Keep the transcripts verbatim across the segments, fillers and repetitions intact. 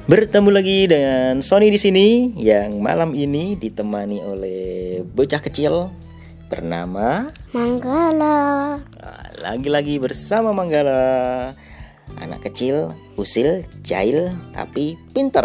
Bertemu lagi dengan Sony di sini yang malam ini ditemani oleh bocah kecil bernama Manggala. Lagi-lagi bersama Manggala, anak kecil, usil, jahil, tapi pinter.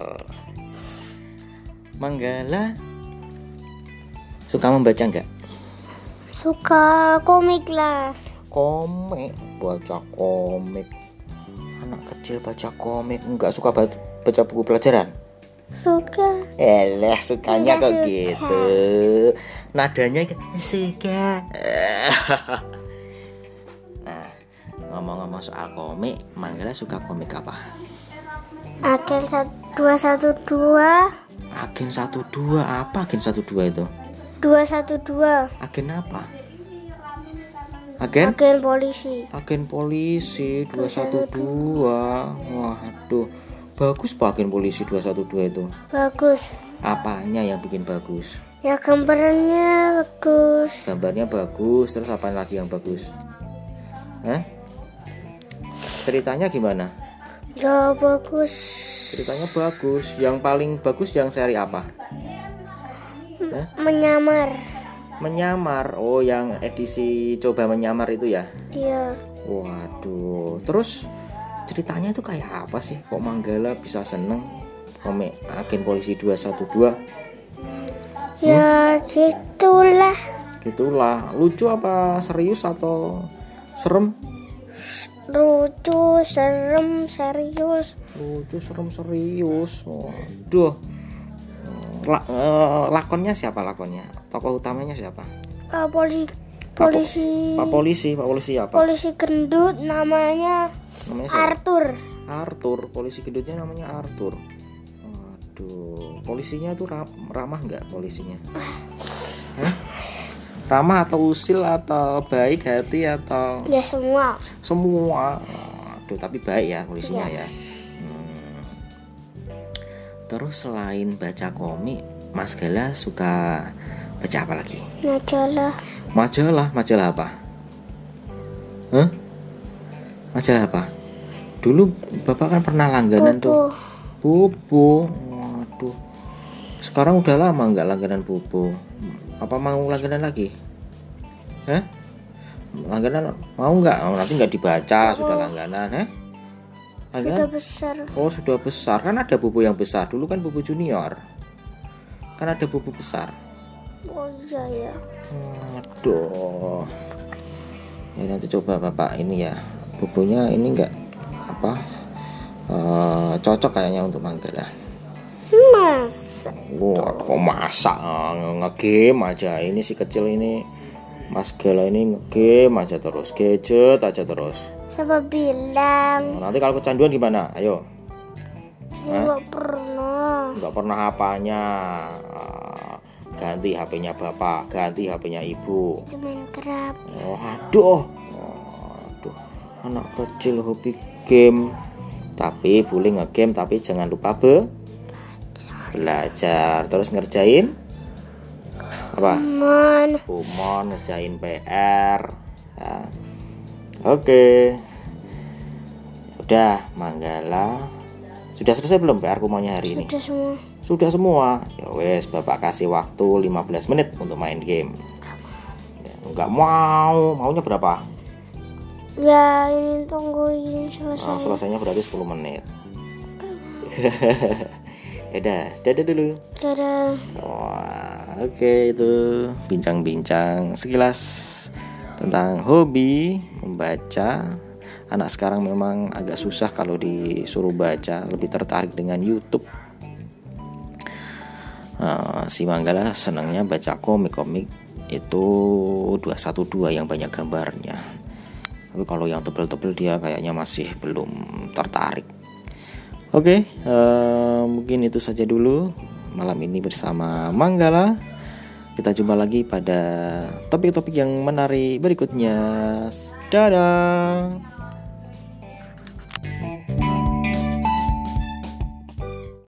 Manggala suka membaca enggak? Suka komik lah. Komik, baca komik. Anak kecil baca komik, enggak suka baca buku pelajaran? Suka. Eleh, sukanya kok Enggak suka. gitu. Nadanya suka. Nah, ngomong-ngomong soal komik, Manggala suka komik apa? Agen dua satu dua. Agen satu dua, apa Agen satu dua itu? dua satu dua. Agen apa? Agen? Agen polisi. Agen polisi dua satu dua. Waduh, bagus Pak agen polisi dua satu dua itu. Bagus. Apanya yang bikin bagus? Ya gambarnya bagus. Gambarnya bagus, terus apa lagi yang bagus? Hah? Ceritanya gimana? Ya bagus. Ceritanya bagus. Yang paling bagus yang seri apa? Hah? Menyamar. Menyamar. Oh, yang edisi coba menyamar itu ya? Dia. Waduh. Terus ceritanya itu kayak apa sih? Kok Manggala bisa seneng komik Agen Polisi dua satu dua? Ya hmm? gitulah. Gitulah. Lucu apa serius atau serem? Lucu, serem, serius. Lucu, serem, serius. Waduh. La, uh, lakonnya siapa lakonnya? Tokoh utamanya siapa? Uh, poli, polisi. Pak polisi, Pak polisi apa? Polisi gendut namanya, namanya Arthur. Arthur, polisi gendutnya namanya Arthur. Waduh, polisinya tuh ram, ramah nggak polisinya? Hah? Ramah atau usil atau baik hati atau? Ya semua. Semua. Waduh, tapi baik ya polisinya ya. ya. Terus selain baca komik, Mas Gala suka baca apa lagi? Majalah. Majalah, majalah apa? Hah? Majalah apa? Dulu Bapak kan pernah langganan Bubu. tuh. Bubu. Waduh. Sekarang udah lama nggak langganan Bubu. Apa mau langganan lagi? Hah? Langganan mau nggak? Oh, nanti nggak dibaca, oh. Sudah langganan, heh? Sudah besar. Oh, sudah besar. Kan ada bubu yang besar. Dulu kan bubu junior. Kan ada bubu besar. Oh iya ya. Aduh. Ya nanti coba Bapak ini ya. Bubunya ini enggak apa? Uh, cocok kayaknya untuk Manggala. Masa? Wah, kok masa nge-game aja. Ini si kecil ini Mas Gala ini nge-game aja terus, gadget aja terus. Siapa bilang? Nah, nanti kalau kecanduan gimana? Ayo. Saya nggak pernah. Nggak pernah apanya. Ganti H P-nya Bapak, ganti H P-nya Ibu. Itu Minecraft. Oh, aduh. Aduh. Anak kecil hobi game. Tapi boleh nge-game tapi jangan lupa be belajar. Terus ngerjain apa? Umon. Umon, ngerjain P R. Ya. Oke. Udah, Manggala. Sudah selesai belum P R umonnya hari Sudah ini? Sudah semua. Sudah semua. Ya wes, Bapak kasih waktu lima belas menit untuk main game. Ya, enggak mau. Maunya berapa? Ya, ini tungguin selesai. Nah, selesainya berarti sepuluh menit. Udah, dadah dulu. Dadah. Wah, oke okay, itu bincang-bincang sekilas tentang hobi membaca. Anak sekarang memang agak susah kalau disuruh baca, lebih tertarik dengan YouTube. Uh, si Manggala senangnya baca komik-komik itu dua satu dua yang banyak gambarnya. Tapi kalau yang tebel-tebel dia kayaknya masih belum tertarik. Oke, okay, uh, mungkin itu saja dulu malam ini bersama Manggala. Kita jumpa lagi pada topik-topik yang menarik berikutnya. Dadah.